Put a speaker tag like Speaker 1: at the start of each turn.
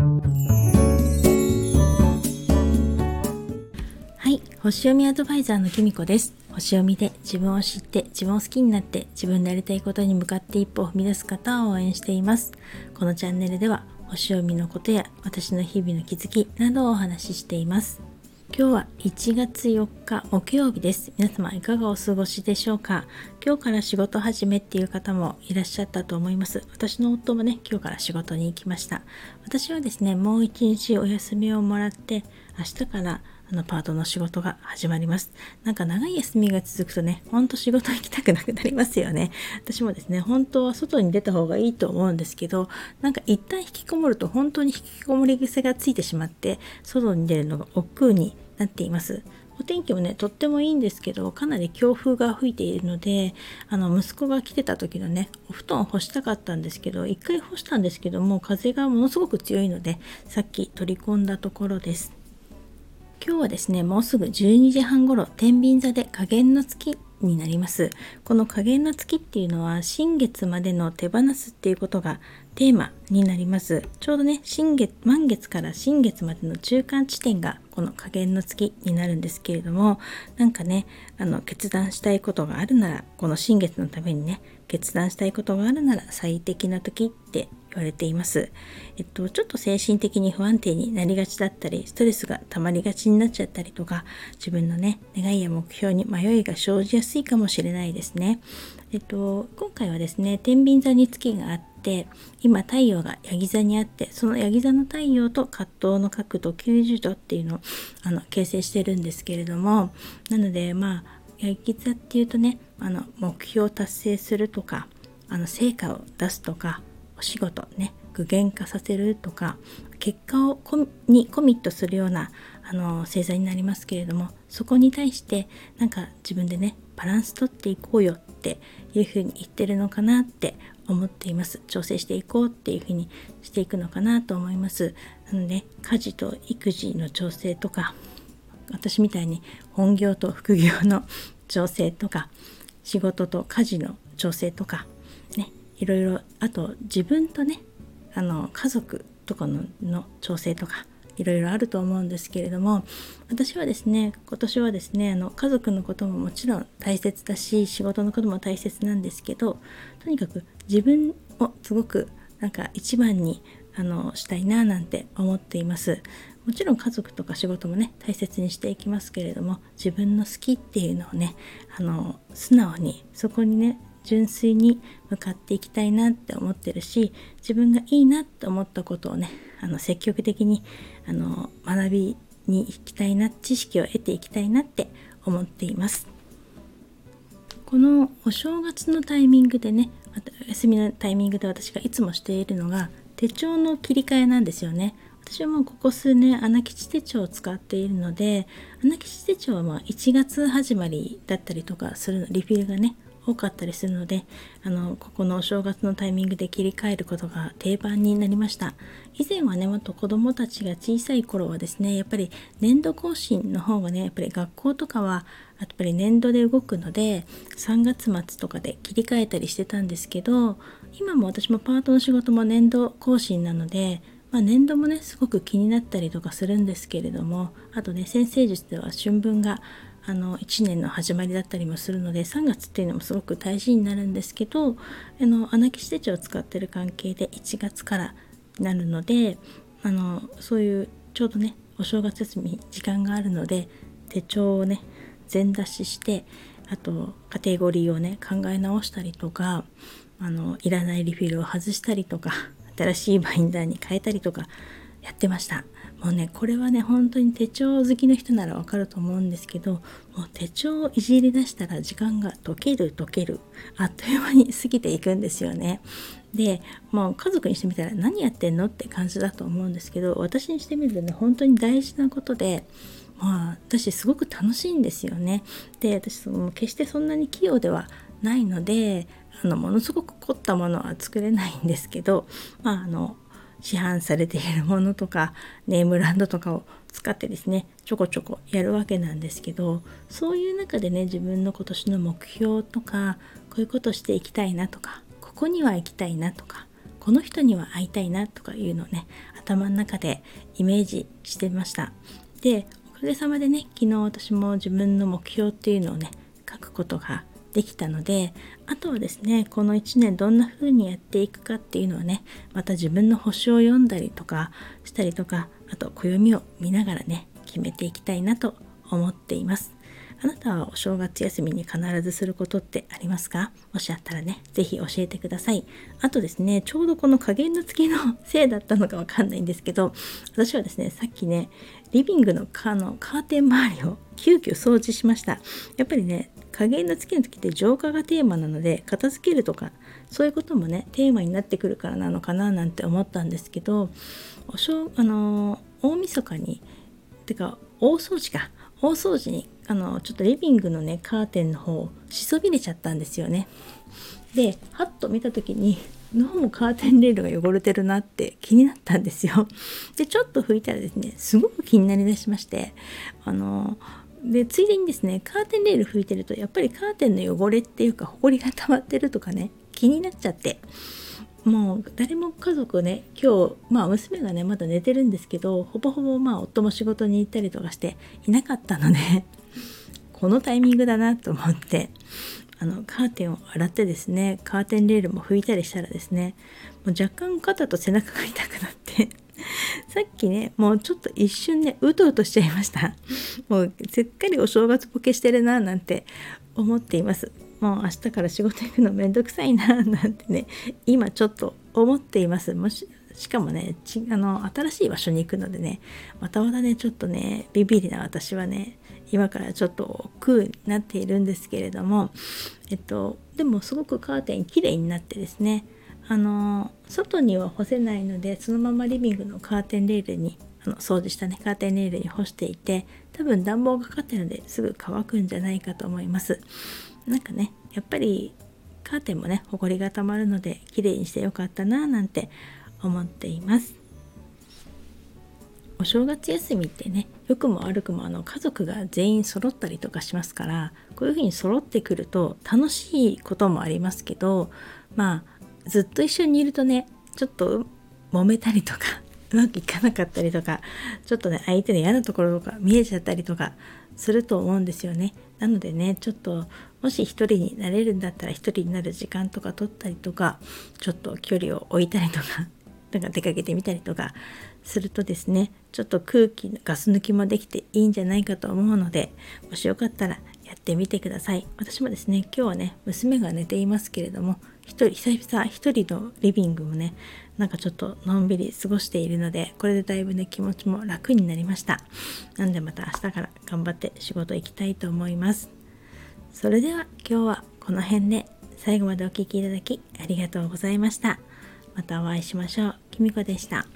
Speaker 1: はい、星読みアドバイザーのきみこです。星読みで自分を知って自分を好きになって自分でやりたいことに向かって一歩を踏み出す方を応援しています。このチャンネルでは星読みのことや私の日々の気づきなどをお話ししています。今日は1月4日木曜日です。皆様いかがお過ごしでしょうか。今日から仕事始めっていう方もいらっしゃったと思います。私の夫もね、今日から仕事に行きました。私はですね、もう一日お休みをもらって明日からパートの仕事が始まります。なんか長い休みが続くとね、ほんと仕事行きたくなくなりますよね。私もですね、本当は外に出た方がいいと思うんですけど、なんか一旦引きこもると本当に引きこもり癖がついてしまって、外に出るのが億劫になっています。お天気もね、とってもいいんですけど、かなり強風が吹いているので、息子が来てた時のね、お布団を干したかったんですけど、一回干したんですけども、風がものすごく強いので、さっき取り込んだところです。今日はですね、もうすぐ12時半ごろ、天秤座で下弦の月になります。この下弦の月っていうのは、新月までの手放すっていうことがテーマになります。ちょうどね、満月から新月までの中間地点がこの下弦の月になるんですけれども、なんかね、決断したいことがあるなら、この新月のためにね、決断したいことがあるなら最適な時って言われています。ちょっと精神的に不安定になりがちだったり、ストレスが溜まりがちになっちゃったりとか、自分のね、願いや目標に迷いが生じやすいかもしれないですね。今回はですね、天秤座に月があって、今太陽がヤギ座にあって、そのヤギ座の太陽と葛藤の角度90度っていうのを形成してるんですけれども、なのでヤギ座っていうとね、目標を達成するとか、成果を出すとか、お仕事ね、具現化させるとか、結果をにコミットするような星座になりますけれども、そこに対してなんか自分でね、バランス取っていこうよっていうふうに言ってるのかなって思っています。調整していこうっていうふうにしていくのかなと思います。なので、家事と育児の調整とか、私みたいに本業と副業の調整とか、仕事と家事の調整とかね、いろいろ、あと自分とね、家族とかの調整とかいろいろあると思うんですけれども、私はですね、今年はですね、家族のことももちろん大切だし、仕事のことも大切なんですけど、とにかく自分をすごくなんか一番にしたいななんて思っています。もちろん家族とか仕事もね、大切にしていきますけれども、自分の好きっていうのをね、素直にそこにね、純粋に向かっていきたいなって思ってるし、自分がいいなって思ったことをね、積極的に学びに行きたいな、知識を得ていきたいなって思っています。このお正月のタイミングでね、休みのタイミングで私がいつもしているのが手帳の切り替えなんですよね。私はもうここ数年穴吉手帳を使っているので、穴吉手帳は1月始まりだったりとかするの、リフィルがね多かったりするので、ここのお正月のタイミングで切り替えることが定番になりました。以前はね、もっと子どもたちが小さい頃はですね、やっぱり年度更新の方がね、やっぱり学校とかはやっぱり年度で動くので、3月末とかで切り替えたりしてたんですけど、今も私もパートの仕事も年度更新なので、年度もねすごく気になったりとかするんですけれども、あとね、占星術では春分が1年の始まりだったりもするので、3月っていうのもすごく大事になるんですけど、穴吉手帳を使ってる関係で1月からなるので、そういうちょうどねお正月休み時間があるので、手帳をね全出しして、あとカテゴリーをね考え直したりとか、いらないリフィルを外したりとか、新しいバインダーに変えたりとかやってました。もうね、これはね、本当に手帳好きの人ならわかると思うんですけど、もう手帳をいじり出したら時間が溶けるあっという間に過ぎていくんですよね。で、もう家族にしてみたら何やってんのって感じだと思うんですけど、私にしてみるとね、本当に大事なことで、私すごく楽しいんですよね。で、私決してそんなに器用ではないので、ものすごく凝ったものは作れないんですけど、市販されているものとかネームランドとかを使ってですね、ちょこちょこやるわけなんですけど、そういう中でね、自分の今年の目標とか、こういうことしていきたいなとか、ここには行きたいなとか、 この人には会いたいなとかいうのをね、頭の中でイメージしてました。で、おかげさまでね、昨日私も自分の目標っていうのをね、書くことができたので、あとはですね、この1年どんな風にやっていくかっていうのはね、また自分の星を読んだりとかしたりとか、あと暦を見ながらね、決めていきたいなと思っています。あなたはお正月休みに必ずすることってありますか？もしあったらね、ぜひ教えてください。あとですね、ちょうどこの加減の月のせいだったのかわかんないんですけど、私はですね、さっきね、リビングのカーテン周りを急遽掃除しました。やっぱりね、加減の月の時って浄化がテーマなので、片付けるとかそういうこともね、テーマになってくるからなのかななんて思ったんですけど、大晦日に大掃除にちょっとリビングのねカーテンの方をしそびれちゃったんですよね。で、はっと見た時にどうもカーテンレールが汚れてるなって気になったんですよ。で、ちょっと拭いたらですね、すごく気になりだしまして、でついでにですね、カーテンレール拭いてるとやっぱりカーテンの汚れっていうかホコリが溜まってるとかね、気になっちゃって、もう誰も家族ね、今日娘がねまだ寝てるんですけど、ほぼほぼ夫も仕事に行ったりとかしていなかったのでこのタイミングだなと思ってカーテンを洗ってですね、カーテンレールも拭いたりしたらですね、もう若干肩と背中が痛くなってさっきね、もうちょっと一瞬ねうとうとしちゃいました。もうせっかりお正月ボケしてるななんて思っています。もう明日から仕事行くのめんどくさいななんてね、今ちょっと思っています。しかもね、新しい場所に行くのでね、またねちょっとねビビりな私はね、今からちょっと億劫になっているんですけれども、でもすごくカーテン綺麗になってですね、外には干せないので、そのままリビングのカーテンレールに掃除したねカーテンレールに干していて、多分暖房がかかってるのですぐ乾くんじゃないかと思います。なんかね、やっぱりカーテンもねほこりがたまるので綺麗にしてよかったななんて思っています。お正月休みってね、良くも悪くも家族が全員揃ったりとかしますから、こういう風に揃ってくると楽しいこともありますけど、ずっと一緒にいるとね、ちょっと揉めたりとかうまくいかなかったりとか、ちょっとね相手の嫌なところとか見えちゃったりとかすると思うんですよね。なのでね、ちょっともし一人になれるんだったら一人になる時間とか取ったりとか、ちょっと距離を置いたりとかなんか出かけてみたりとかするとですね、ちょっと空気のガス抜きもできていいんじゃないかと思うので、もしよかったらやってみてください。私もですね、今日はね娘が寝ていますけれども、久々一人のリビングもね、なんかちょっとのんびり過ごしているので、これでだいぶね気持ちも楽になりました。なんでまた明日から頑張って仕事行きたいと思います。それでは今日はこの辺で、最後までお聞きいただきありがとうございました。またお会いしましょう。きみこでした。